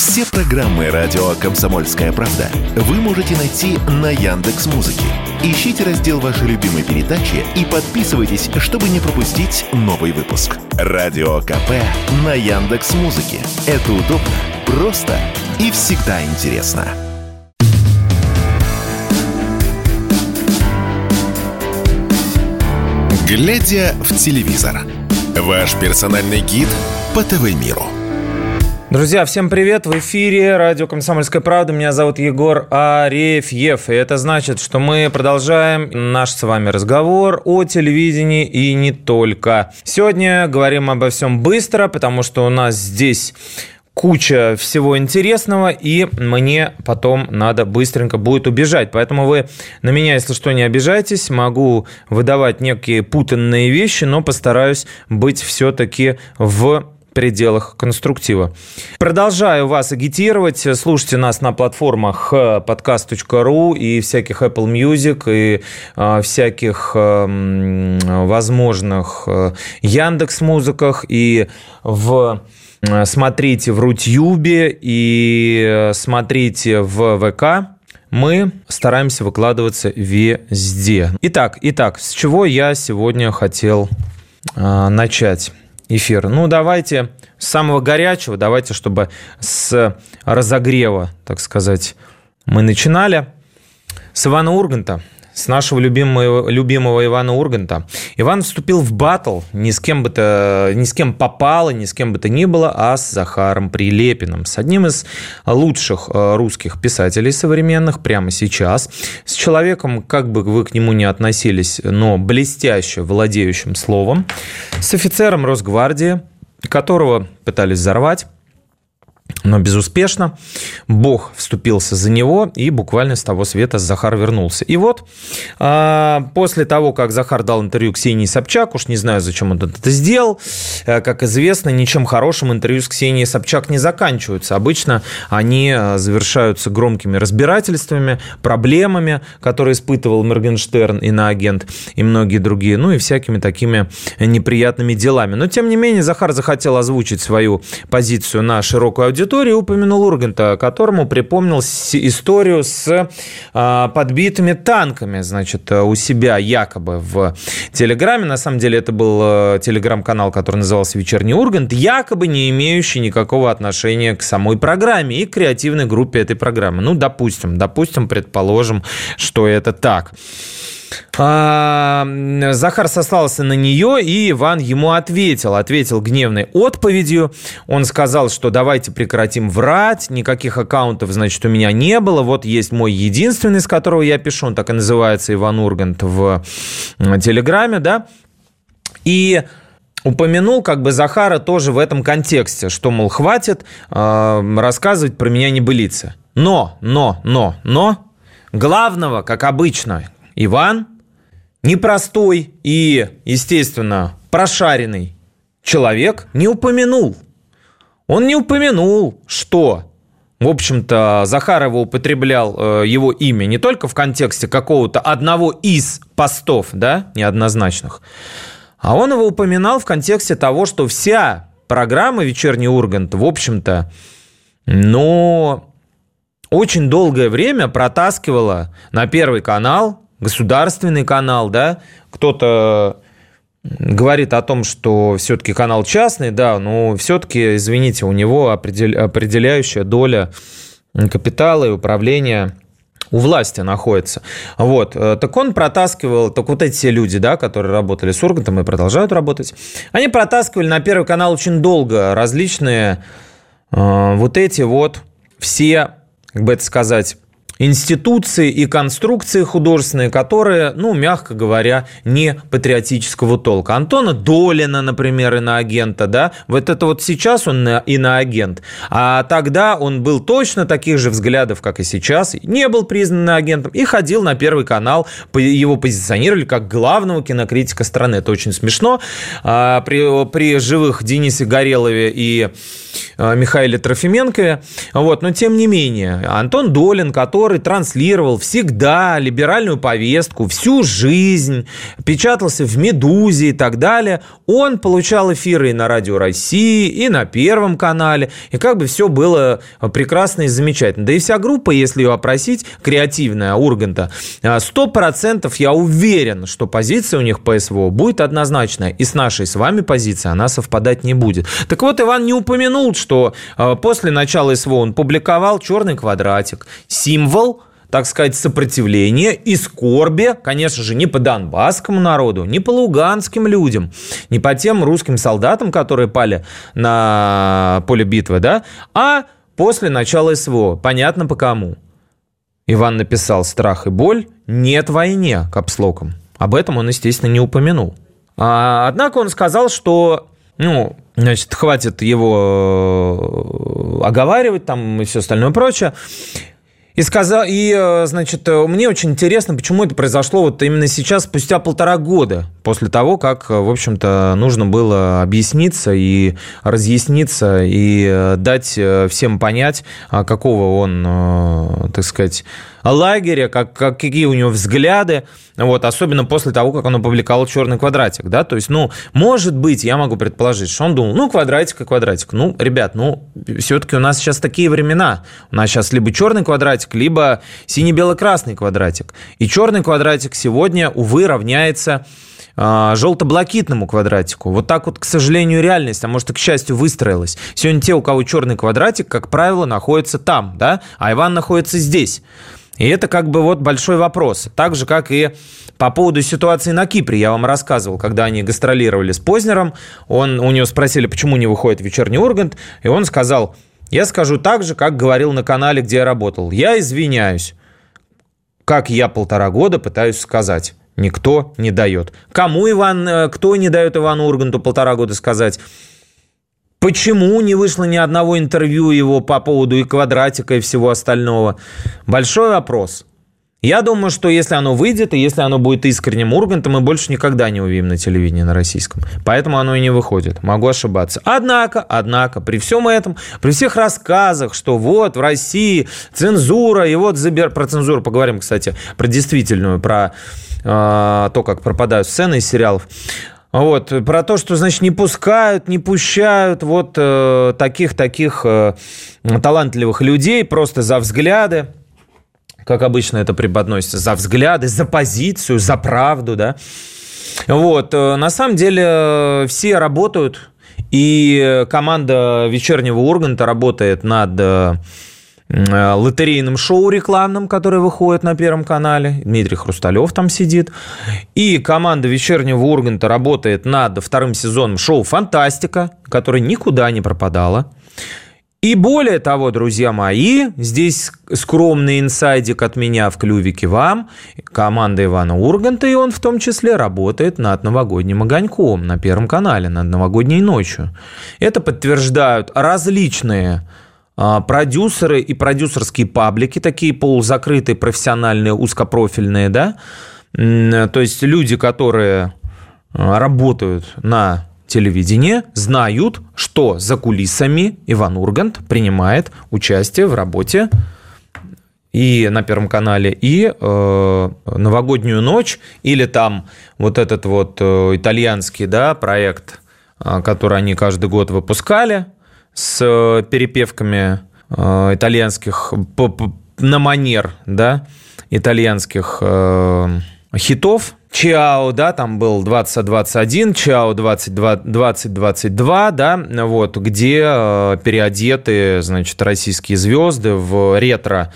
Все программы радио «Комсомольская правда» вы можете найти на Яндекс.Музыке. Ищите раздел вашей любимой передачи и подписывайтесь, чтобы не пропустить новый выпуск. Радио КП на Яндекс.Музыке. Это удобно, просто и всегда интересно. Глядя в телевизор. Ваш персональный гид по ТВ-миру. Друзья, всем привет! В эфире радио «Комсомольская правда». Меня зовут Егор Арефьев. И это значит, что мы продолжаем наш с вами разговор о телевидении и не только. Сегодня говорим обо всем быстро, потому что у нас здесь куча всего интересного, и мне потом надо быстренько будет убежать. Поэтому вы на меня, если что, не обижайтесь. Могу выдавать некие путанные вещи, но постараюсь быть все-таки в пределах конструктива. Продолжаю вас агитировать. Слушайте нас на платформах podcast.ru и всяких Apple Music, и всяких возможных Яндекс.Музыках, и смотрите в Рутюбе, и смотрите в ВК. Мы стараемся выкладываться везде. Итак, с чего я сегодня хотел начать эфир? Давайте с самого горячего, давайте, чтобы с разогрева, так сказать, мы начинали. С Ивана Урганта, с нашего любимого Ивана Урганта. Иван вступил в баттл ни с кем попало, ни с кем бы то ни было, а с Захаром Прилепиным, с одним из лучших русских писателей современных прямо сейчас, с человеком, как бы вы к нему ни относились, но блестяще владеющим словом, с офицером Росгвардии, которого пытались взорвать, но безуспешно. Бог вступился за него, и буквально с того света Захар вернулся. И вот после того, как Захар дал интервью Ксении Собчак, уж не знаю, зачем он это сделал, как известно, ничем хорошим интервью с Ксенией Собчак не заканчиваются. Обычно они завершаются громкими разбирательствами, проблемами, которые испытывал Моргенштерн, иноагент и многие другие, и всякими такими неприятными делами. Но, тем не менее, Захар захотел озвучить свою позицию на широкую аудиторию, упомянул Урганта, которому припомнил историю с подбитыми танками, у себя якобы в Телеграме. На самом деле это был телеграм-канал, который назывался «Вечерний Ургант», якобы не имеющий никакого отношения к самой программе и к креативной группе этой программы. Допустим, предположим, что это так. Захар сослался на нее, и Иван ему ответил гневной отповедью. Он сказал, что давайте прекратим врать, никаких аккаунтов, у меня не было, вот есть мой единственный, с которого я пишу, он так и называется, Иван Ургант в Телеграме, да, и упомянул Захара тоже в этом контексте, что, мол, хватит рассказывать про меня небылицы. Но главного, как обычно, Иван, непростой и, естественно, прошаренный человек, не упомянул. Он не упомянул, что, в общем-то, Захарова употреблял его имя не только в контексте какого-то одного из постов, да, неоднозначных, а он его упоминал в контексте того, что вся программа «Вечерний Ургант», в общем-то, очень долгое время протаскивала на Первый канал, государственный канал, да, кто-то говорит о том, что все-таки канал частный, да, но все-таки, извините, у него определяющая доля капитала и управления у власти находится. Так он протаскивал, вот эти все люди, да, которые работали с Ургантом и продолжают работать, они протаскивали на Первый канал очень долго различные все, институции и конструкции художественные, которые, мягко говоря, не патриотического толка. Антона Долина, например, иноагента, да, сейчас он иноагент, а тогда он был точно таких же взглядов, как и сейчас, не был признан иноагентом и ходил на Первый канал, его позиционировали как главного кинокритика страны. Это очень смешно. При живых Денисе Горелове и Михаиле Трофименкове. Но тем не менее, Антон Долин, который который транслировал всегда либеральную повестку всю жизнь, печатался в «Медузе» и так далее, он получал эфиры и на Радио России, и на Первом канале, и как бы все было прекрасно и замечательно. Да и вся группа, если ее опросить, креативная Урганта, 100% я уверен, что позиция у них по СВО будет однозначная, и с нашей с вами позицией она совпадать не будет. Так вот, Иван не упомянул, что после начала СВО он публиковал черный квадратик, символ, так сказать, сопротивления и скорби, конечно же, не по донбасскому народу, не по луганским людям, не по тем русским солдатам, которые пали на поле битвы, да, а после начала СВО. Понятно, по кому. Иван написал «Страх и боль, нет войне» капслоком. Об этом он, естественно, не упомянул. Однако он сказал, что, значит, хватит его оговаривать там и все остальное прочее. Значит, мне очень интересно, почему это произошло вот именно сейчас, спустя 1,5 года после того, как, в общем-то, нужно было объясниться и разъясниться и дать всем понять, какого он, так сказать, лагеря, какие у него взгляды, вот, особенно после того, как он опубликовал черный квадратик, да, то есть, может быть, я могу предположить, что он думал, квадратик и квадратик, ребят, все-таки у нас сейчас такие времена, у нас сейчас либо черный квадратик, либо сине-бело-красный квадратик, и черный квадратик сегодня, увы, равняется желто-блакитному квадратику. Вот так вот, к сожалению, реальность, а может и к счастью, выстроилась. Сегодня те, у кого черный квадратик, как правило, находятся там, да, а Иван находится здесь. И это как бы вот большой вопрос. Так же, как и по поводу ситуации на Кипре. Я вам рассказывал, когда они гастролировали с Познером, у него спросили, почему не выходит вечерний Ургант, и он сказал, я скажу так же, как говорил на канале, где я работал. Я извиняюсь, как я 1,5 года пытаюсь сказать. Никто не дает. Кто не дает Ивану Урганту 1,5 года сказать? Почему не вышло ни одного интервью его по поводу и квадратика, и всего остального? Большой вопрос. Я думаю, что если оно выйдет, и если оно будет искренним Ургантом, мы больше никогда не увидим на телевидении на российском. Поэтому оно и не выходит. Могу ошибаться. Однако, при всем этом, при всех рассказах, что вот в России цензура, и вот про цензуру поговорим, кстати, про действительную, про то, как пропадают сцены из сериалов. Вот, про то, что, значит, не пущают вот таких талантливых людей просто за взгляды, как обычно это преподносится, за взгляды, за позицию, за правду, да. Вот, на самом деле все работают, и команда вечернего Урганта работает над лотерейным шоу рекламным, которое выходит на Первом канале. Дмитрий Хрусталев там сидит. И команда вечернего Урганта работает над 2-м сезоном шоу «Фантастика», которое никуда не пропадало. И более того, друзья мои, здесь скромный инсайдик от меня в клювике вам. Команда Ивана Урганта, и он в том числе, работает над новогодним огоньком на Первом канале, над новогодней ночью. Это подтверждают различные продюсеры и продюсерские паблики, такие полузакрытые, профессиональные, узкопрофильные, да, то есть люди, которые работают на телевидении, знают, что за кулисами Иван Ургант принимает участие в работе и на Первом канале, и новогоднюю ночь, или там вот этот вот итальянский, да, проект, который они каждый год выпускали, с перепевками итальянских, на манер, да, итальянских хитов. Чао, да, там был 2021, Чао 2022, да, вот, где переодеты, значит, российские звезды в ретро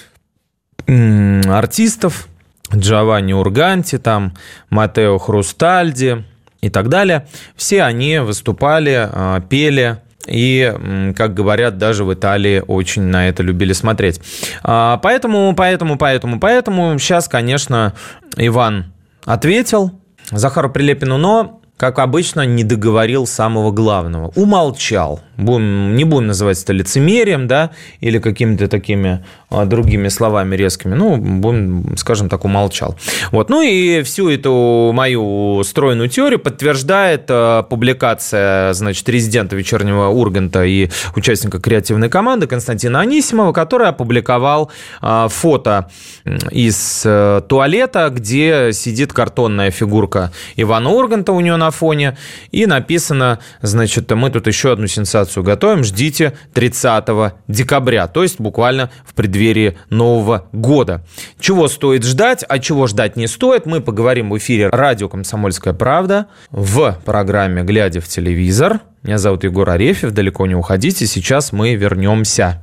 артистов, Джованни Урганти, там, Матео Хрустальди и так далее. Все они выступали, пели. И, как говорят, даже в Италии очень на это любили смотреть. Поэтому сейчас, конечно, Иван ответил Захару Прилепину, но, как обычно, не договорил самого главного. Умолчал. не будем называть это лицемерием, да, или какими-то такими другими словами резкими, будем, скажем так, умолчал. Вот. Ну и всю эту мою стройную теорию подтверждает публикация, значит, резидента «Вечернего Урганта» и участника креативной команды Константина Анисимова, который опубликовал фото из туалета, где сидит картонная фигурка Ивана Урганта у него на фоне, и написано, значит, мы тут еще одну сенсацию готовим, ждите 30 декабря, то есть буквально в преддверии Нового года. Чего стоит ждать, а чего ждать не стоит, мы поговорим в эфире радио «Комсомольская правда» в программе «Глядя в телевизор». Меня зовут Егор Арефьев, далеко не уходите, сейчас мы вернемся.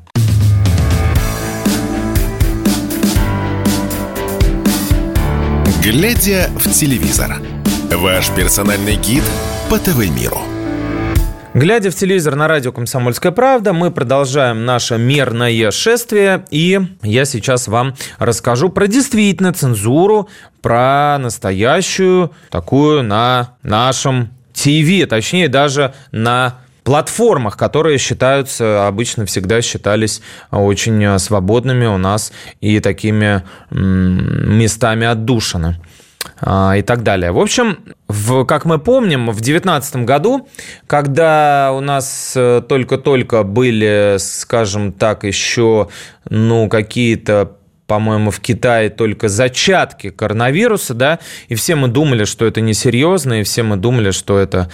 «Глядя в телевизор» – ваш персональный гид по ТВ-миру. Глядя в телевизор на радио «Комсомольская правда», мы продолжаем наше мерное шествие, и я сейчас вам расскажу про действительно цензуру, про настоящую такую на нашем ТВ, точнее даже на платформах, которые обычно всегда считались очень свободными у нас и такими местами отдушины. И так далее. В общем, как мы помним, в 2019 году, когда у нас только-только были, скажем так, еще какие-то, по-моему, в Китае только зачатки коронавируса, да, и все мы думали, что это несерьезно, и все мы думали, что это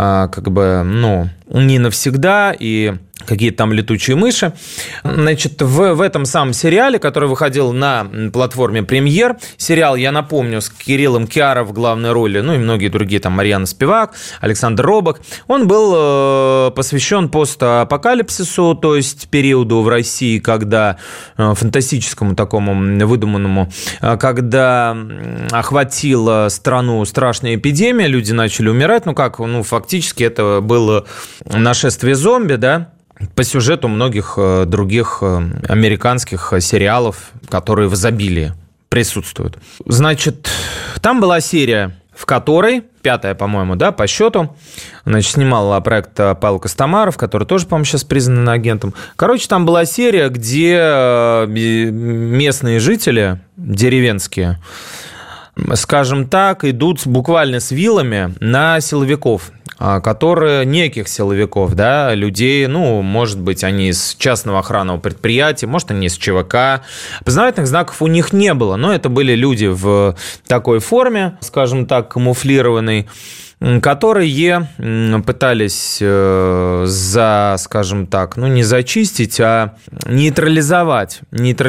не навсегда, и какие-то там летучие мыши. Значит, в этом самом сериале, который выходил на платформе «Премьер», сериал, я напомню, с Кириллом Киаров в главной роли, и многие другие, там, Марьяна Спивак, Александр Робок, он был посвящен постапокалипсису, то есть периоду в России, когда фантастическому такому выдуманному, когда охватила страну страшная эпидемия, люди начали умирать, фактически это было нашествие зомби, да, по сюжету многих других американских сериалов, которые в изобилии присутствуют. Значит, там была серия, в которой, 5-я, по-моему, да, по счету, снимал проект Павел Костомаров, который тоже, по-моему, сейчас признан агентом. Короче, там была серия, где местные жители, деревенские, скажем так, идут буквально с вилами на силовиков, неких силовиков, да, людей, может быть, они из частного охранного предприятия, может, они из ЧВК. Опознавательных знаков у них не было, но это были люди в такой форме, скажем так, камуфлированной, которые пытались скажем так, не зачистить, а нейтрализовать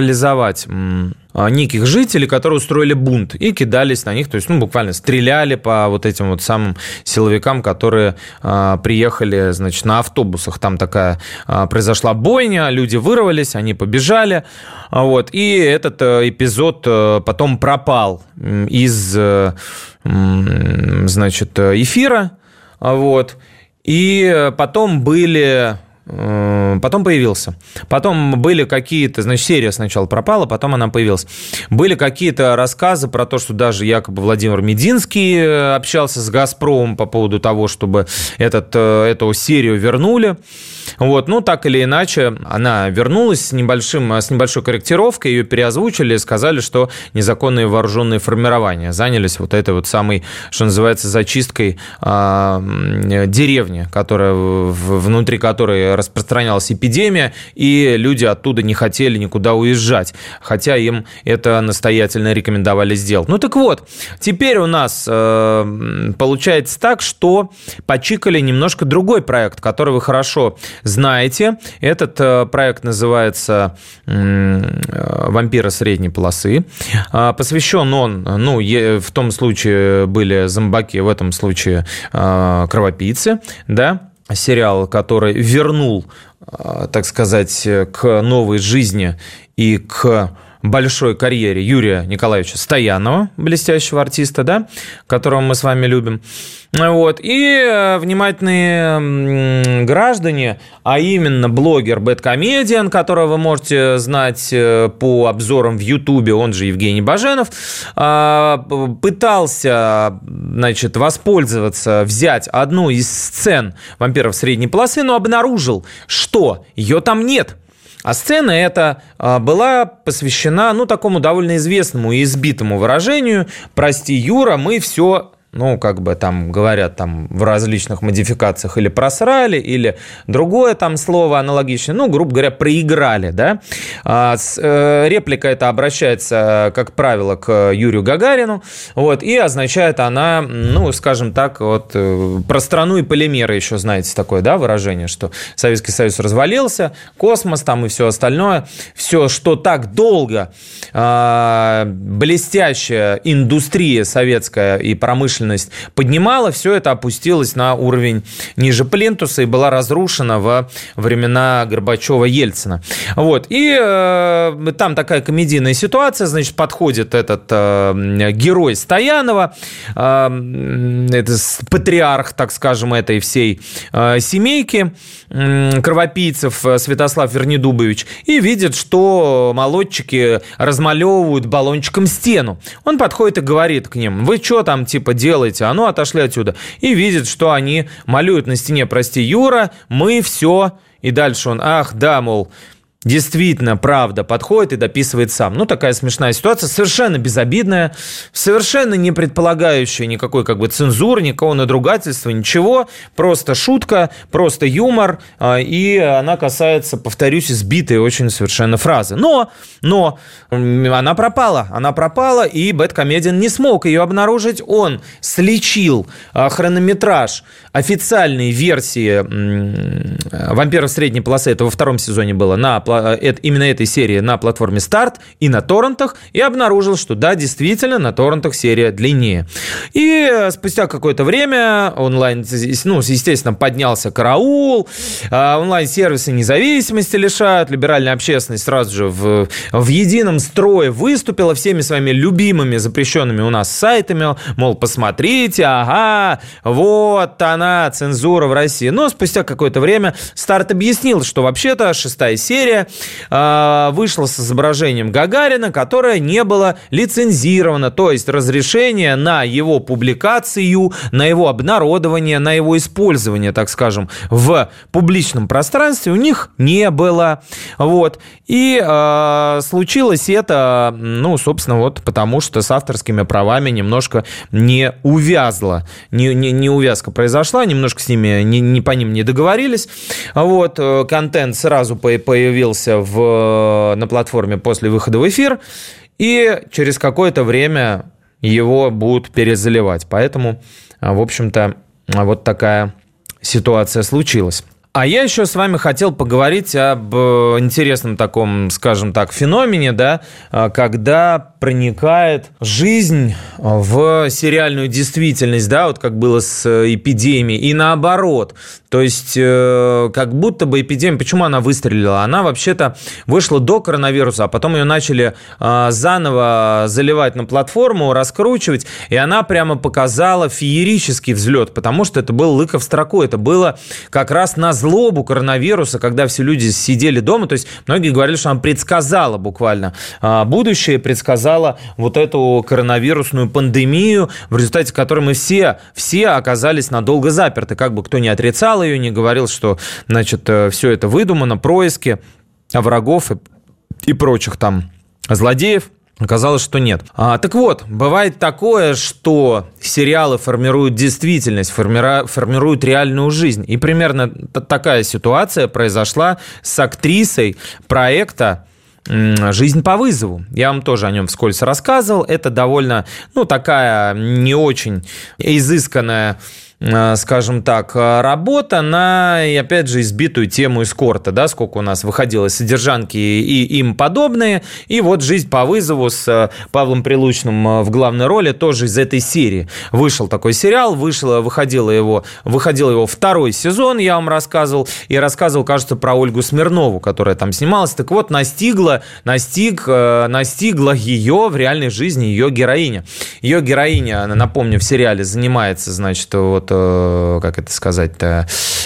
неких жителей, которые устроили бунт и кидались на них, то есть, буквально стреляли по вот этим вот самым силовикам, которые приехали, значит, на автобусах. Там такая произошла бойня, люди вырвались, они побежали, и этот эпизод потом пропал из, значит, эфира, и потом появился. Потом были какие-то, значит, серия сначала пропала, потом она появилась. Были какие-то рассказы про то, что даже якобы Владимир Мединский общался с «Газпромом» по поводу того, чтобы эту серию вернули. Так или иначе, она вернулась с небольшой корректировкой, ее переозвучили и сказали, что незаконные вооруженные формирования занялись этой самой, что называется, зачисткой деревни, внутри которой распространялась эпидемия, и люди оттуда не хотели никуда уезжать, хотя им это настоятельно рекомендовали сделать. Так вот, теперь у нас получается так, что почикали немножко другой проект, который вы хорошо знаете. Этот проект называется «Вампиры средней полосы». Посвящен он, в том случае были зомбаки, в этом случае кровопийцы, да, сериал, который вернул, так сказать, к новой жизни и к большой карьере Юрия Николаевича Стоянова, блестящего артиста, да, которого мы с вами любим. Вот. И внимательные граждане, а именно блогер Бэдкомедиан, которого вы можете знать по обзорам в Ютубе, он же Евгений Баженов, пытался, значит, воспользоваться, взять одну из сцен «Вампиров средней полосы», но обнаружил, что ее там нет. А сцена эта была посвящена, такому довольно известному и избитому выражению «Прости, Юра, мы все...» как бы там говорят там в различных модификациях, или просрали, или другое там слово аналогичное, грубо говоря, проиграли, да. Реплика эта обращается, как правило, к Юрию Гагарину, вот, и означает она, скажем так, вот, про страну и полимеры еще, знаете, такое, да, выражение, что Советский Союз развалился, космос там и все остальное, все, что так долго блестящая индустрия советская и промышленность поднимала, все это опустилось на уровень ниже плинтуса и была разрушена во времена Горбачева-Ельцина. Вот. И там такая комедийная ситуация, значит, подходит этот герой Стоянова, это патриарх, так скажем, этой всей семейки кровопийцев Святослав Вернедубович, и видит, что молодчики размалевывают баллончиком стену. Он подходит и говорит к ним: вы что там, типа, делаете? А ну, отошли отсюда. И видит, что они малюют на стене «Прости, Юра, мы все». И дальше он: ах, да, мол, действительно, правда, подходит и дописывает сам. Такая смешная ситуация, совершенно безобидная, совершенно не предполагающая никакой цензуры, никакого надругательства, ничего. Просто шутка, просто юмор, и она касается, повторюсь, избитой очень совершенно фразы. Но она пропала, и Бэдкомедиан не смог ее обнаружить. Он сличил хронометраж официальной версии «Вампиров средней полосы», это во втором сезоне было, именно этой серии на платформе Старт и на торрентах, и обнаружил, что да, действительно, на торрентах серия длиннее. И спустя какое-то время онлайн, естественно, поднялся караул, онлайн-сервисы независимости лишают, либеральная общественность сразу же в едином строе выступила всеми своими любимыми запрещенными у нас сайтами, мол, посмотрите, ага, вот она, цензура в России. Но спустя какое-то время Старт объяснил, что вообще-то 6-я серия вышла с изображением Гагарина, которое не было лицензировано, то есть разрешение на его публикацию, на его обнародование, на его использование, так скажем, в публичном пространстве у них не было. Вот. И случилось это, собственно, вот потому что с авторскими правами немножко не увязло, не увязка произошла, немножко с ними, по ним не договорились. Вот. Контент сразу появился на платформе после выхода в эфир, и через какое-то время его будут перезаливать. Поэтому, в общем-то, вот такая ситуация случилась. А я еще с вами хотел поговорить об интересном таком, скажем так, феномене, да, когда проникает жизнь в сериальную действительность, да, вот как было с эпидемией, и наоборот. То есть, как будто бы эпидемия, почему она выстрелила? Она вообще-то вышла до коронавируса, а потом ее начали заново заливать на платформу, раскручивать, и она прямо показала феерический взлет, потому что это был лыка в строку, это было как раз на злобу коронавируса, когда все люди сидели дома, то есть многие говорили, что она предсказала буквально будущее, предсказала вот эту коронавирусную пандемию, в результате которой мы все оказались надолго заперты, как бы кто ни отрицал ее, не говорил, что, значит, все это выдумано, происки врагов и прочих там злодеев. Оказалось, что нет. Так вот, бывает такое, что сериалы формируют действительность, формируют реальную жизнь. И примерно такая ситуация произошла с актрисой проекта «Жизнь по вызову». Я вам тоже о нем вскользь рассказывал. Это довольно, такая не очень изысканная скажем так, работа на, опять же, избитую тему эскорта, да, сколько у нас выходило содержанки и им подобные, и вот «Жизнь по вызову» с Павлом Прилучным в главной роли тоже из этой серии. Вышел такой сериал, выходил его второй сезон, я вам рассказывал, и рассказывал, кажется, про Ольгу Смирнову, которая там снималась. Так вот, настигла ее в реальной жизни ее героиня. Ее героиня, напомню, в сериале занимается, значит, вот, как это сказать-то,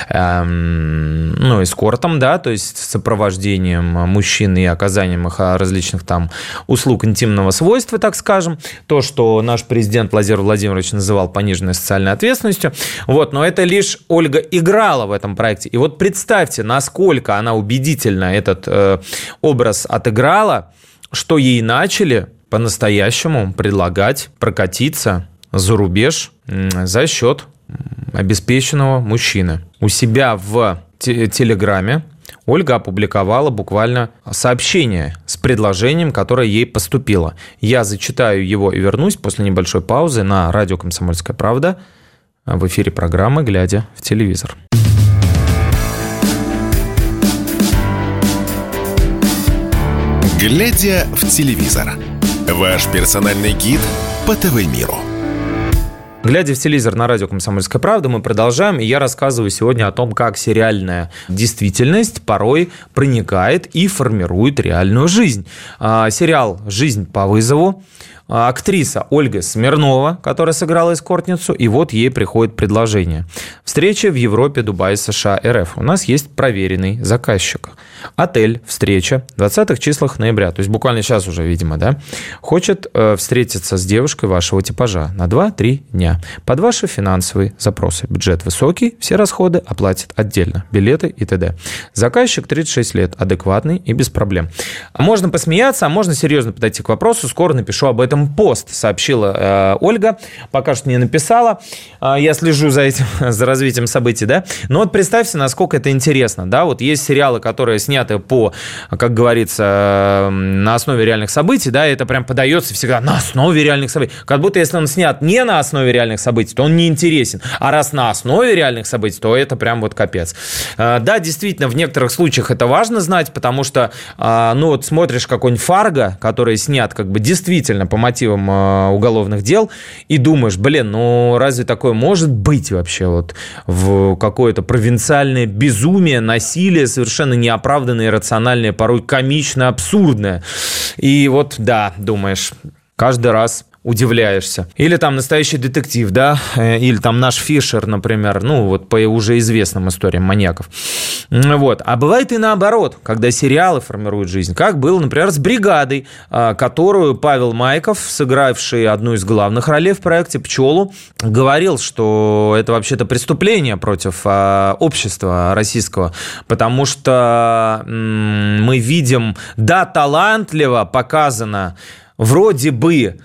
эскортом, да, то есть сопровождением мужчин и оказанием их различных там услуг интимного свойства, так скажем. То, что наш президент Владимир Владимирович называл пониженной социальной ответственностью. Вот, но это лишь Ольга играла в этом проекте. И вот представьте, насколько она убедительно этот образ отыграла, что ей начали по-настоящему предлагать прокатиться за рубеж за счет обеспеченного мужчины. У себя в Телеграме Ольга опубликовала буквально сообщение с предложением, которое ей поступило. Я зачитаю его и вернусь после небольшой паузы на радио «Комсомольская правда» в эфире программы «Глядя в телевизор». «Глядя в телевизор» – ваш персональный гид по ТВ-миру. Глядя в телевизор на радио «Комсомольская правда», мы продолжаем, и я рассказываю сегодня о том, как сериальная действительность порой проникает и формирует реальную жизнь. Сериал «Жизнь по вызову». Актриса Ольга Смирнова, которая сыграла эскортницу, и вот ей приходит предложение. Встреча в Европе, Дубае, США, РФ. У нас есть проверенный заказчик. Отель, встреча, 20-х числах ноября, то есть буквально сейчас уже, видимо, да, хочет встретиться с девушкой вашего типажа на 2-3 дня. Под ваши финансовые запросы. Бюджет высокий, все расходы оплатят отдельно. Билеты и т.д. Заказчик 36 лет, адекватный и без проблем. Можно посмеяться, а можно серьезно подойти к вопросу. Скоро напишу об этом пост, сообщила Ольга. Пока что не написала. Я слежу за этим, за развитием событий, да. Но вот представьте, насколько это интересно, да. Вот есть сериалы, которые сняты по, как говорится, на основе реальных событий, да, это прям подается всегда на основе реальных событий. Как будто если он снят не на основе реальных событий, то он не интересен. А раз на основе реальных событий, то это прям вот капец. Да, действительно, в некоторых случаях это важно знать, потому что, ну вот смотришь какой-нибудь «Фарго», который снят как бы действительно по мотивам уголовных дел, и думаешь, блин, ну разве такое может быть вообще вот в какое-то провинциальное безумие, насилие, совершенно неоправданное, иррациональное, порой комично абсурдное. И вот, да, думаешь, каждый раз удивляешься. Или там «Настоящий детектив», да, или там «Наш Фишер», например, ну вот по уже известным историям маньяков. Вот. А бывает и наоборот, когда сериалы формируют жизнь, как было, например, с «Бригадой», которую Павел Майков, сыгравший одну из главных ролей в проекте «Пчелу», говорил, что это вообще-то преступление против общества российского, потому что мы видим, да, талантливо показано вроде бы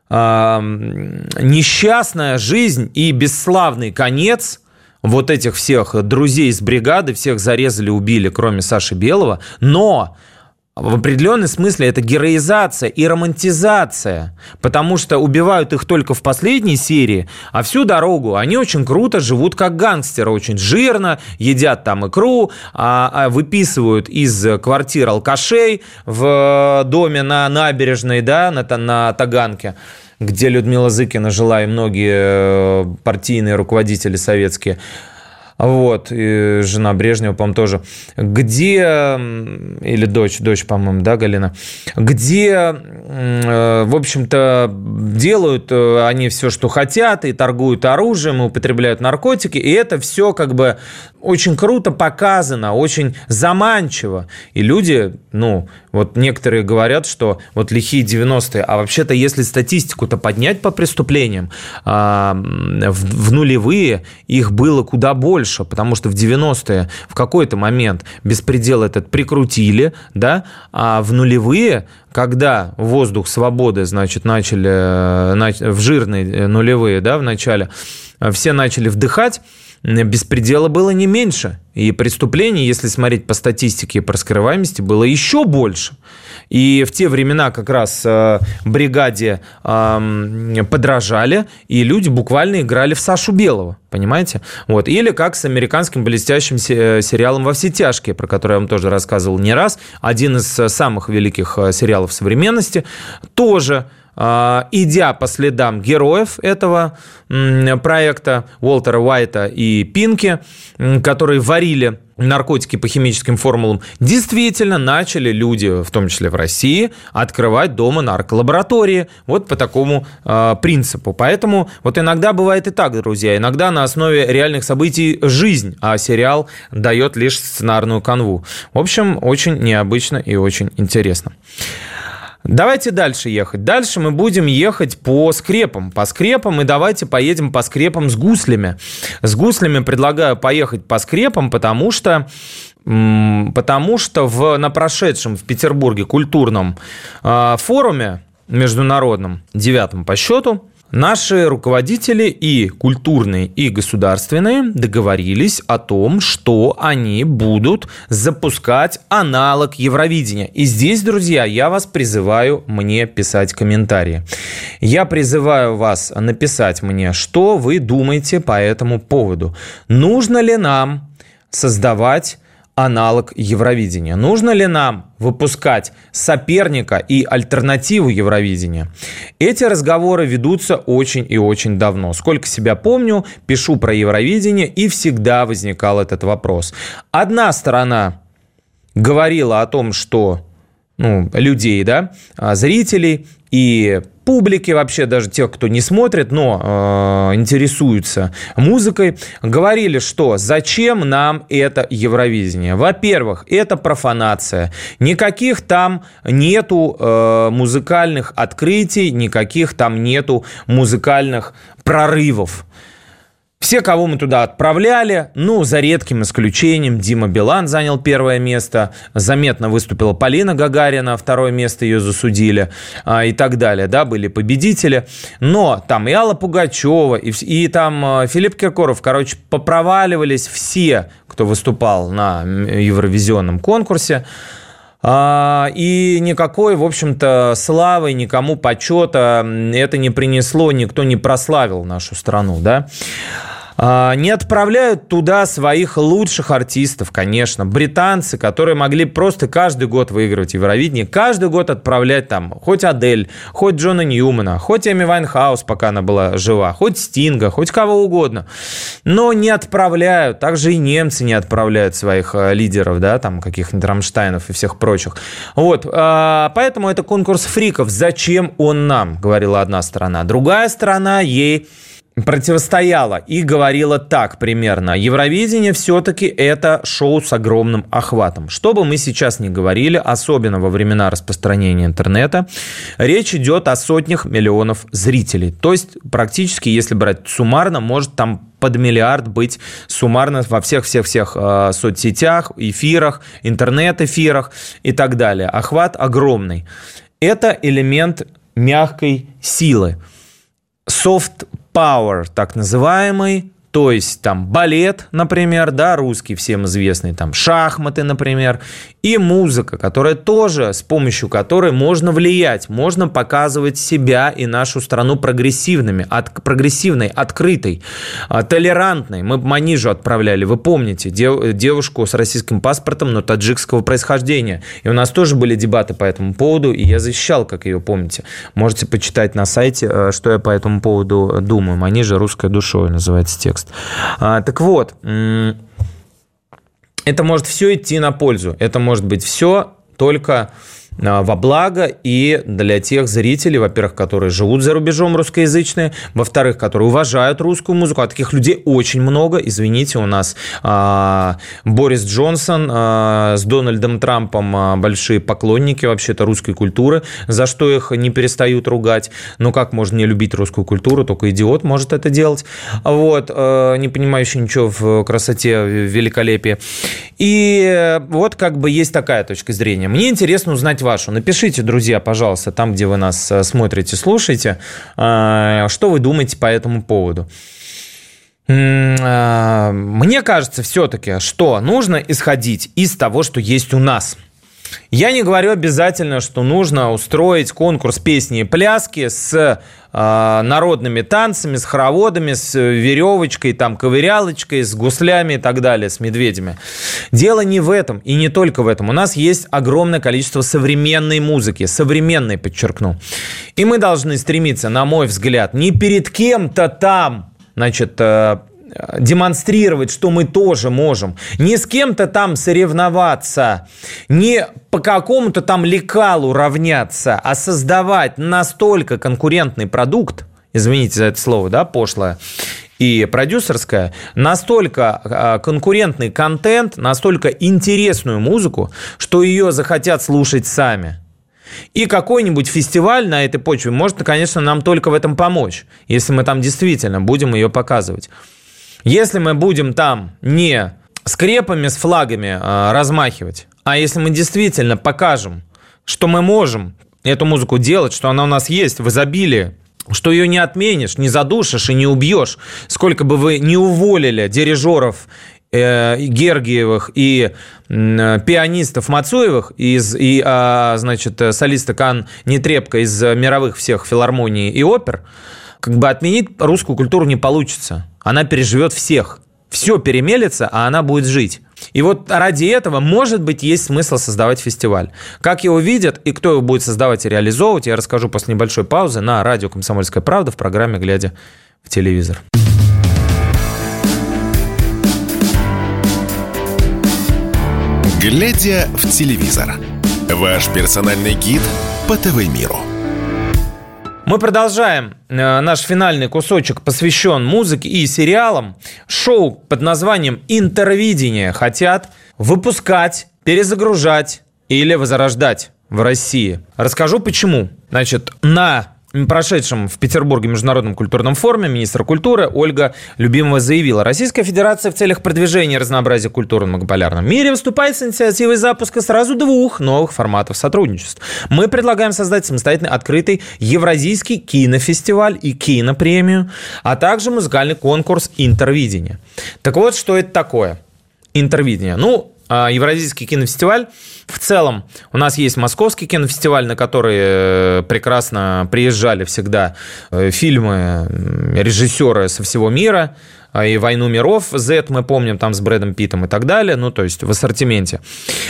несчастная жизнь и бесславный конец вот этих всех друзей из «Бригады», всех зарезали, убили, кроме Саши Белого, но в определенном смысле это героизация и романтизация, потому что убивают их только в последней серии, а всю дорогу они очень круто живут как гангстеры, очень жирно, едят там икру, выписывают из квартир алкашей в доме на набережной, да, на Таганке, где Людмила Зыкина жила, и многие партийные руководители советские. Вот, и жена Брежнева, по-моему, тоже. Где, или дочь, по-моему, да, Галина, где, в общем-то, делают они все, что хотят, и торгуют оружием, и употребляют наркотики, и это все как бы очень круто показано, очень заманчиво. И люди, ну, вот некоторые говорят, что вот лихие 90-е, а вообще-то, если статистику-то поднять по преступлениям, в нулевые их было куда больше, потому что в 90-е в какой-то момент беспредел этот прикрутили, да, а в нулевые, когда воздух свободы, значит, начали в жирные нулевые, да, в начале, все начали вдыхать, беспредела было не меньше. И преступлений, если смотреть по статистике по раскрываемости, было еще больше. И в те времена как раз бригаде подражали, и люди буквально играли в Сашу Белого, понимаете? Вот. Или как с американским блестящим сериалом «Во все тяжкие», про который я вам тоже рассказывал не раз, один из самых великих сериалов современности, тоже идя по следам героев этого проекта, Уолтера Уайта и Пинки, которые варили наркотики по химическим формулам, действительно начали люди, в том числе в России, открывать дома нарколаборатории. Вот по такому принципу. Поэтому вот иногда бывает и так, друзья. Иногда на основе реальных событий жизнь, а сериал дает лишь сценарную канву. В общем, очень необычно и очень интересно. Давайте дальше ехать. Дальше мы будем ехать по скрепам. По скрепам, и давайте поедем по скрепам с гуслями. С гуслями предлагаю поехать по скрепам, потому что на прошедшем в Петербурге культурном форуме международном, 9-м по счету, наши руководители и культурные, и государственные договорились о том, что они будут запускать аналог Евровидения. И здесь, друзья, я вас призываю мне писать комментарии. Я призываю вас написать мне, что вы думаете по этому поводу. Нужно ли нам создавать аналог Евровидения? Нужно ли нам выпускать соперника и альтернативу Евровидения? Эти разговоры ведутся очень и очень давно. Сколько себя помню, пишу про Евровидение, и всегда возникал этот вопрос. Одна сторона говорила о том, что людей, зрителей и публики, вообще даже тех, кто не смотрит, но интересуются музыкой, говорили, что зачем нам это Евровидение. Во-первых, это профанация. Никаких там нету музыкальных открытий, никаких там нету музыкальных прорывов. Все, кого мы туда отправляли, за редким исключением, Дима Билан занял первое место, заметно выступила Полина Гагарина, второе место ее засудили и так далее, были победители. Но там и Алла Пугачева, и там Филипп Киркоров, попроваливались все, кто выступал на Евровизионном конкурсе. И никакой, в общем-то, славы, никому почета это не принесло, никто не прославил нашу страну, Не отправляют туда своих лучших артистов, конечно. Британцы, которые могли просто каждый год выигрывать Евровидение, каждый год отправлять там хоть Адель, хоть Джона Ньюмана, хоть Эми Вайнхаус, пока она была жива, хоть Стинга, хоть кого угодно. Но не отправляют. Также и немцы не отправляют своих лидеров, каких-нибудь Рамштайнов и всех прочих. Поэтому это конкурс фриков. Зачем он нам, говорила одна сторона. Другая сторона ей противостояла и говорила так примерно: Евровидение все-таки это шоу с огромным охватом. Что бы мы сейчас ни говорили, особенно во времена распространения интернета, речь идет о сотнях миллионов зрителей. То есть практически, если брать суммарно, может там под миллиард быть суммарно во всех-всех соцсетях, эфирах, интернет-эфирах и так далее. Охват огромный. Это элемент мягкой силы. Soft power, так называемый, то есть там балет, например, русский всем известный, там шахматы, например, и музыка, которая тоже, с помощью которой можно влиять, можно показывать себя и нашу страну прогрессивной, открытой, толерантной. Мы Манижу отправляли, вы помните, девушку с российским паспортом, но таджикского происхождения. И у нас тоже были дебаты по этому поводу, и я защищал, как ее помните. Можете почитать на сайте, что я по этому поводу думаю. Манижа «Русская душой» называется текст. Так вот, это может все идти на пользу. Это может быть все только во благо и для тех зрителей, во-первых, которые живут за рубежом русскоязычные, во-вторых, которые уважают русскую музыку, а таких людей очень много. Извините, у нас Борис Джонсон с Дональдом Трампом большие поклонники вообще-то русской культуры, за что их не перестают ругать. Но как можно не любить русскую культуру? Только идиот может это делать. Не понимающий ничего в красоте, в великолепии. И есть такая точка зрения. Мне интересно узнать вашу. Напишите, друзья, пожалуйста, там, где вы нас смотрите, слушаете, что вы думаете по этому поводу. Мне кажется все-таки, что нужно исходить из того, что есть у нас. Я не говорю обязательно, что нужно устроить конкурс песни и пляски с народными танцами, с хороводами, с веревочкой, там, ковырялочкой, с гуслями и так далее, с медведями. Дело не в этом и не только в этом. У нас есть огромное количество современной музыки, современной, подчеркну. И мы должны стремиться, на мой взгляд, не перед кем-то там, значит, демонстрировать, что мы тоже можем. Не с кем-то там соревноваться, не по какому-то там лекалу равняться, а создавать настолько конкурентный продукт, извините за это слово, да, пошлое, и продюсерское, настолько конкурентный контент, настолько интересную музыку, что ее захотят слушать сами. И какой-нибудь фестиваль на этой почве может, конечно, нам только в этом помочь, если мы там действительно будем ее показывать. Если мы будем там не скрепами с флагами размахивать, а если мы действительно покажем, что мы можем эту музыку делать, что она у нас есть в изобилии, что ее не отменишь, не задушишь и не убьешь, сколько бы вы ни уволили дирижеров Гергиевых и пианистов Мацуевых значит, солисток Ан Нетребко из мировых всех филармоний и опер, как бы отменить русскую культуру не получится. Она переживет всех. Все перемелется, а она будет жить. И вот ради этого, может быть, есть смысл создавать фестиваль. Как его видят и кто его будет создавать и реализовывать, я расскажу после небольшой паузы на радио «Комсомольская правда» в программе «Глядя в телевизор». «Глядя в телевизор» – ваш персональный гид по ТВ-миру. Мы продолжаем. Наш финальный кусочек посвящен музыке и сериалам. Шоу под названием «Интервидение» хотят выпускать, перезагружать или возрождать в России. Расскажу почему. Значит, на прошедшем в Петербурге международном культурном форуме министр культуры Ольга Любимова заявила: Российская Федерация в целях продвижения разнообразия культуры в многополярном мире выступает с инициативой запуска сразу 2 новых форматов сотрудничества. Мы предлагаем создать самостоятельный открытый Евразийский кинофестиваль и кинопремию, а также музыкальный конкурс «Интервидение». Так вот, что это такое «Интервидение»? Евразийский кинофестиваль. В целом у нас есть Московский кинофестиваль, на который прекрасно приезжали всегда фильмы, режиссеры со всего мира. И «Войну миров», Z мы помним, там с Брэдом Питтом и так далее. То есть в ассортименте.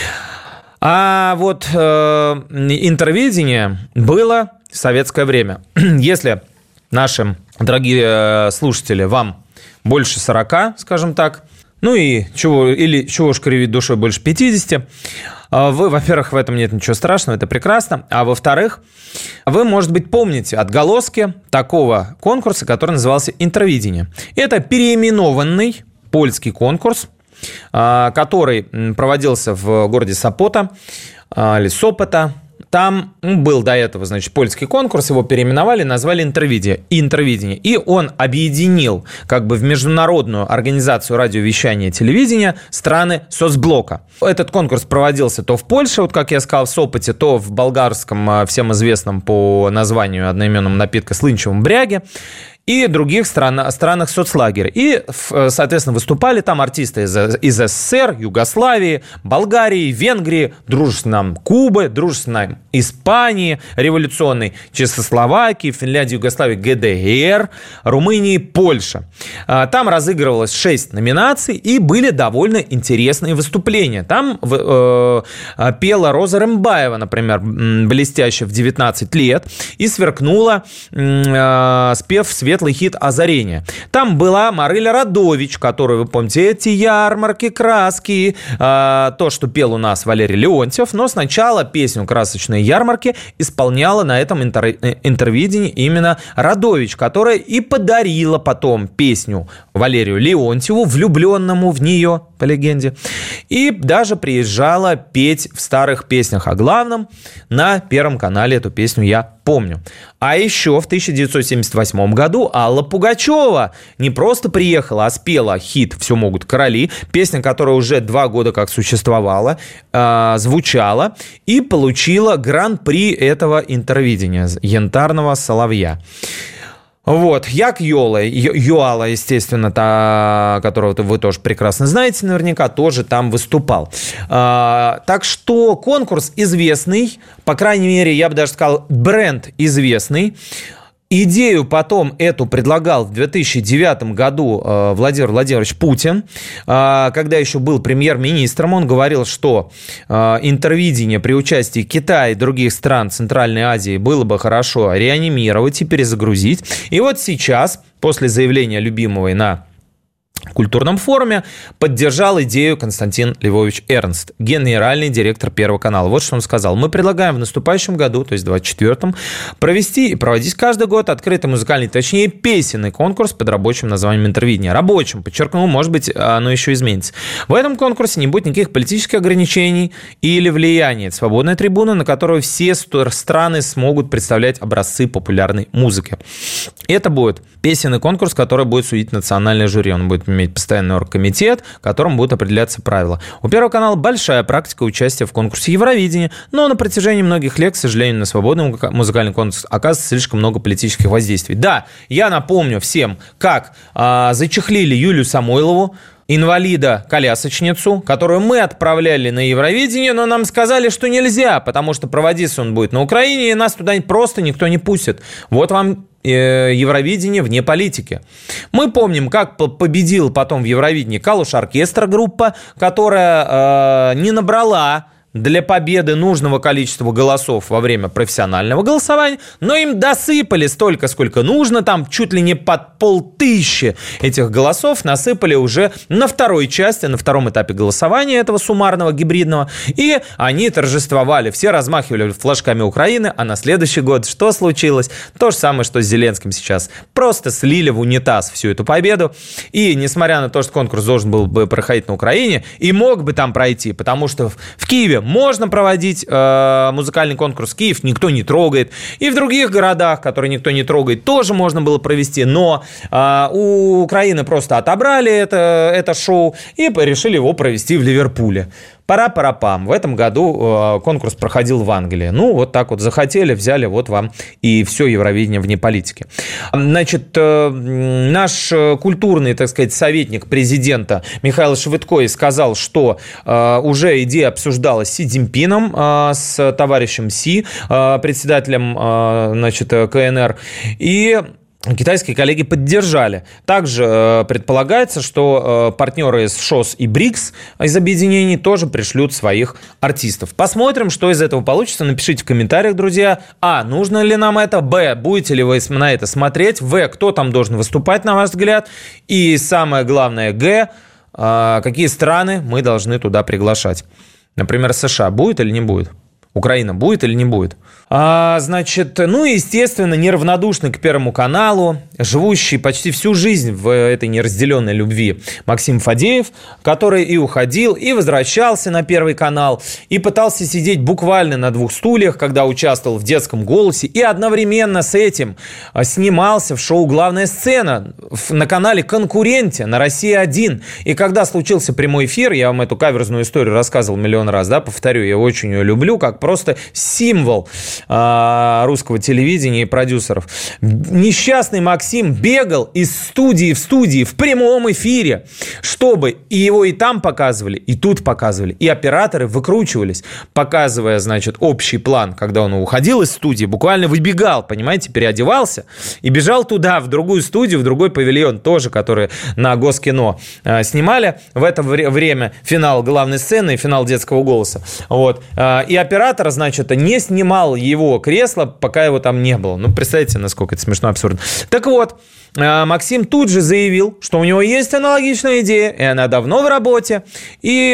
А вот «Интервидение» было в советское время. Если наши дорогие слушатели, вам больше 40, скажем так, чего уж кривить душой, больше 50. Вы, во-первых, в этом нет ничего страшного, это прекрасно. А во-вторых, вы, может быть, помните отголоски такого конкурса, который назывался «Интервидение». Это переименованный польский конкурс, который проводился в городе Сопота или Сопота. Там был до этого, значит, польский конкурс, его переименовали, назвали «Интервидение». И он объединил как бы в международную организацию радиовещания и телевидения страны соцблока. Этот конкурс проводился то в Польше, вот как я сказал, в Сопоте, то в болгарском, всем известном по названию одноименного напитка слынчевом бряге, и других странах соцлагеря. И, соответственно, выступали там артисты из СССР, Югославии, Болгарии, Венгрии, дружественной Кубы, дружественной Испании, революционной Чехословакии, Финляндии, Югославии, ГДР, Румынии, Польши. Там разыгрывалось 6 номинаций, и были довольно интересные выступления. Там пела Роза Рымбаева, например, блестяще в 19 лет, и сверкнула, спев светлый хит «Озарение». Там была Марыля Радович, которую, вы помните, эти ярмарки, краски, то, что пел у нас Валерий Леонтьев, но сначала песню «Красочные ярмарки» исполняла на этом интервидении именно Радович, которая и подарила потом песню Валерию Леонтьеву, влюбленному в нее, по легенде, и даже приезжала петь в старых песнях о главном. На Первом канале эту песню я помню. А еще в 1978 году Алла Пугачева не просто приехала, а спела хит «Все могут короли», песня, которая уже 2 года как существовала, звучала и получила гран-при этого интервидения «Янтарного соловья». Вот, Як Юала, естественно, которого вы тоже прекрасно знаете, наверняка тоже там выступал. Так что конкурс известный, по крайней мере, я бы даже сказал, бренд известный. Идею потом эту предлагал в 2009 году Владимир Владимирович Путин, когда еще был премьер-министром. Он говорил, что интервидение при участии Китая и других стран Центральной Азии было бы хорошо реанимировать и перезагрузить. И вот сейчас, после заявления Любимовой на культурном форуме, поддержал идею Константин Львович Эрнст, генеральный директор Первого канала. Вот что он сказал. Мы предлагаем в наступающем году, то есть в 2024, провести и проводить каждый год открытый музыкальный, точнее песенный конкурс под рабочим названием «Интервидение». Рабочим, подчеркну, может быть, оно еще изменится. В этом конкурсе не будет никаких политических ограничений или влияния. Это свободная трибуна, на которой все страны смогут представлять образцы популярной музыки. Это будет песенный конкурс, который будет судить национальное жюри. Он будет иметь постоянный оргкомитет, которым будут определяться правила. У Первого канала большая практика участия в конкурсе Евровидения, но на протяжении многих лет, к сожалению, на свободный музыкальный конкурс оказывается слишком много политических воздействий. Да, я напомню всем, как зачехлили Юлию Самойлову, инвалида-колясочницу, которую мы отправляли на Евровидение, но нам сказали, что нельзя, потому что проводиться он будет на Украине, и нас туда просто никто не пустит. Вот вам Евровидение вне политики. Мы помним, как победил потом в Евровидении Калуш-оркестр, группа, которая не набрала для победы нужного количества голосов во время профессионального голосования, но им досыпали столько, сколько нужно, там чуть ли не под 500 этих голосов насыпали уже на второй части, на втором этапе голосования этого суммарного, гибридного, и они торжествовали, все размахивали флажками Украины, а на следующий год что случилось? То же самое, что с Зеленским сейчас. Просто слили в унитаз всю эту победу, и несмотря на то, что конкурс должен был бы проходить на Украине, и мог бы там пройти, потому что в Киеве можно проводить музыкальный конкурс, Киев никто не трогает, и в других городах, которые никто не трогает, тоже можно было провести, но у Украины просто отобрали это шоу и решили его провести в Ливерпуле. Пара-пара-пам. В этом году конкурс проходил в Англии. Ну, вот так вот захотели, взяли, вот вам и все Евровидение вне политики. Значит, наш культурный, так сказать, советник президента Михаил Швыдкой сказал, что уже идея обсуждалась с Си Цзиньпином, с товарищем Си, председателем, значит, КНР, и китайские коллеги поддержали. Также предполагается, что партнеры из ШОС и БРИКС из объединений тоже пришлют своих артистов. Посмотрим, что из этого получится. Напишите в комментариях, друзья. А, нужно ли нам это? Б, будете ли вы на это смотреть? В, кто там должен выступать, на ваш взгляд? И самое главное, Г, какие страны мы должны туда приглашать? Например, США будет или не будет? Украина будет или не будет? Значит, ну и, естественно, неравнодушный к Первому каналу, живущий почти всю жизнь в этой неразделенной любви Максим Фадеев, который и уходил, и возвращался на Первый канал, и пытался сидеть буквально на двух стульях, когда участвовал в детском голосе, и одновременно с этим снимался в шоу «Главная сцена» на канале «Конкуренте» на «Россия-1». И когда случился прямой эфир, я вам эту каверзную историю рассказывал миллион раз, да, повторю, я очень ее люблю, как просто символ русского телевидения и продюсеров. Несчастный Максим бегал из студии в студии в прямом эфире, чтобы и его и там показывали, и тут показывали. И операторы выкручивались, показывая, значит, общий план, когда он уходил из студии, буквально выбегал, понимаете, переодевался и бежал туда, в другую студию, в другой павильон, тоже, который на Госкино снимали в это время финал «Главной сцены» и финал «Детского голоса». Вот. И оператор, значит, не снимал его кресло, пока его там не было. Ну, представьте, насколько это смешно, абсурдно. Так вот, Максим тут же заявил, что у него есть аналогичная идея, и она давно в работе, и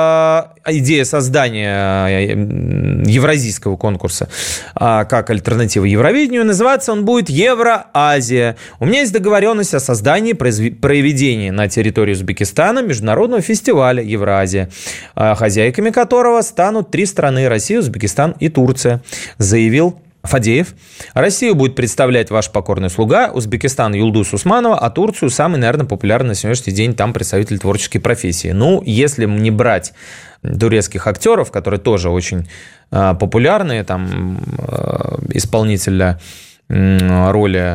идея создания евразийского конкурса как альтернатива Евровидению, называться он будет «Евроазия». У меня есть договоренность о создании проведения на территории Узбекистана международного фестиваля «Евразия», хозяйками которого станут 3 страны – Россия, Узбекистан и Турция, заявил Фадеев. Россию будет представлять ваш покорный слуга, Узбекистан Юлдус Усманова, а Турцию самый, наверное, популярный на сегодняшний день там представитель творческой профессии. Ну, если не брать турецких актеров, которые тоже очень популярные, там исполнителя роли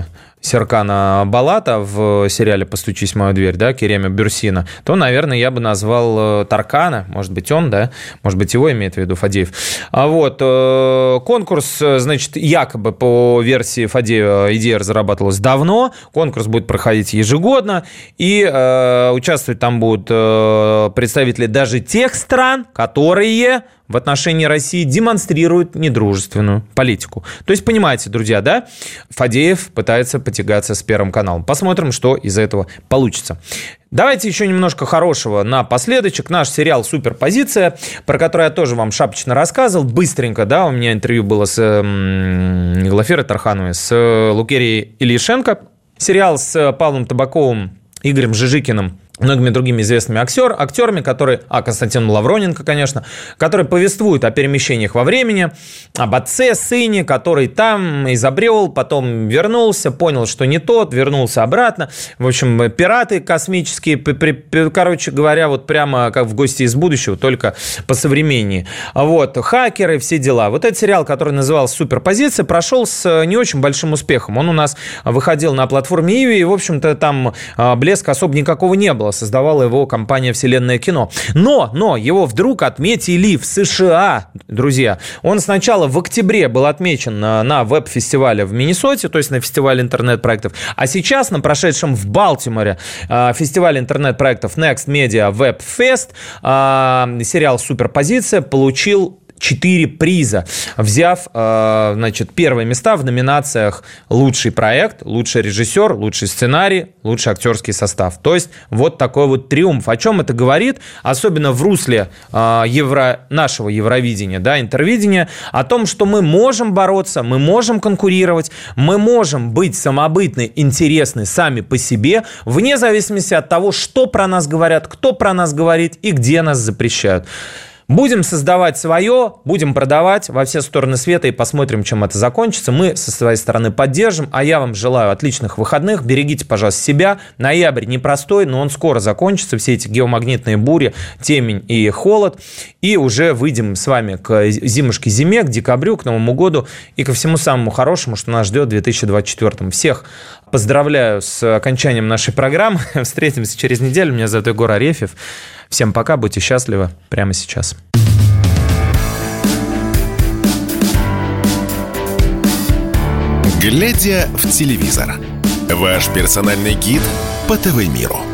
Серкана Балата в сериале «Постучись в мою дверь», да, Керема Бюрсина, то, наверное, я бы назвал Таркана, может быть, он, да, может быть, его имеет в виду Фадеев. Вот, конкурс, значит, якобы по версии Фадеева идея разрабатывалась давно, конкурс будет проходить ежегодно, и участвовать там будут представители даже тех стран, которые в отношении России демонстрируют недружественную политику. То есть, понимаете, друзья, да? Фадеев пытается потягаться с Первым каналом. Посмотрим, что из этого получится. Давайте еще немножко хорошего напоследочек. Наш сериал «Суперпозиция», про который я тоже вам шапочно рассказывал. Быстренько, да, у меня интервью было с Глафирой Тархановой, с Лукерией Ильишенко. Сериал с Павлом Табаковым, Игорем Жижикиным, многими другими известными актерами, которые, Константином Лавроненко, конечно, которые повествуют о перемещениях во времени, об отце, сыне, который там изобрел, потом вернулся, понял, что не тот, вернулся обратно. В общем, пираты космические, короче говоря, вот прямо как в «Гости из будущего», только по современнее. Вот, хакеры, все дела. Вот этот сериал, который назывался «Суперпозиция», прошел с не очень большим успехом. Он у нас выходил на платформе Иви, и, в общем-то, там блеска особо никакого не было. Создавала его компания «Вселенная кино». Но его вдруг отметили в США, друзья. Он сначала в октябре был отмечен на веб-фестивале в Миннесоте, то есть на фестивале интернет-проектов, а сейчас на прошедшем в Балтиморе фестивале интернет-проектов Next Media Web Fest сериал «Суперпозиция» получил 4 приза, взяв, значит, первые места в номинациях «Лучший проект», «Лучший режиссер», «Лучший сценарий», «Лучший актерский состав». То есть вот такой вот триумф. О чем это говорит? Особенно в русле нашего Евровидения, да, интервидения, о том, что мы можем бороться, мы можем конкурировать, мы можем быть самобытны, интересны сами по себе, вне зависимости от того, что про нас говорят, кто про нас говорит и где нас запрещают. Будем создавать свое, будем продавать во все стороны света и посмотрим, чем это закончится. Мы со своей стороны поддержим, а я вам желаю отличных выходных. Берегите, пожалуйста, себя. Ноябрь непростой, но он скоро закончится. Все эти геомагнитные бури, темень и холод. И уже выйдем с вами к зимушке-зиме, к декабрю, к Новому году и ко всему самому хорошему, что нас ждет в 2024. Всех поздравляю с окончанием нашей программы. Встретимся через неделю. Меня зовут Егор Арефьев. Всем пока, будьте счастливы прямо сейчас. Глядя в телевизор. Ваш персональный гид по ТВ-миру.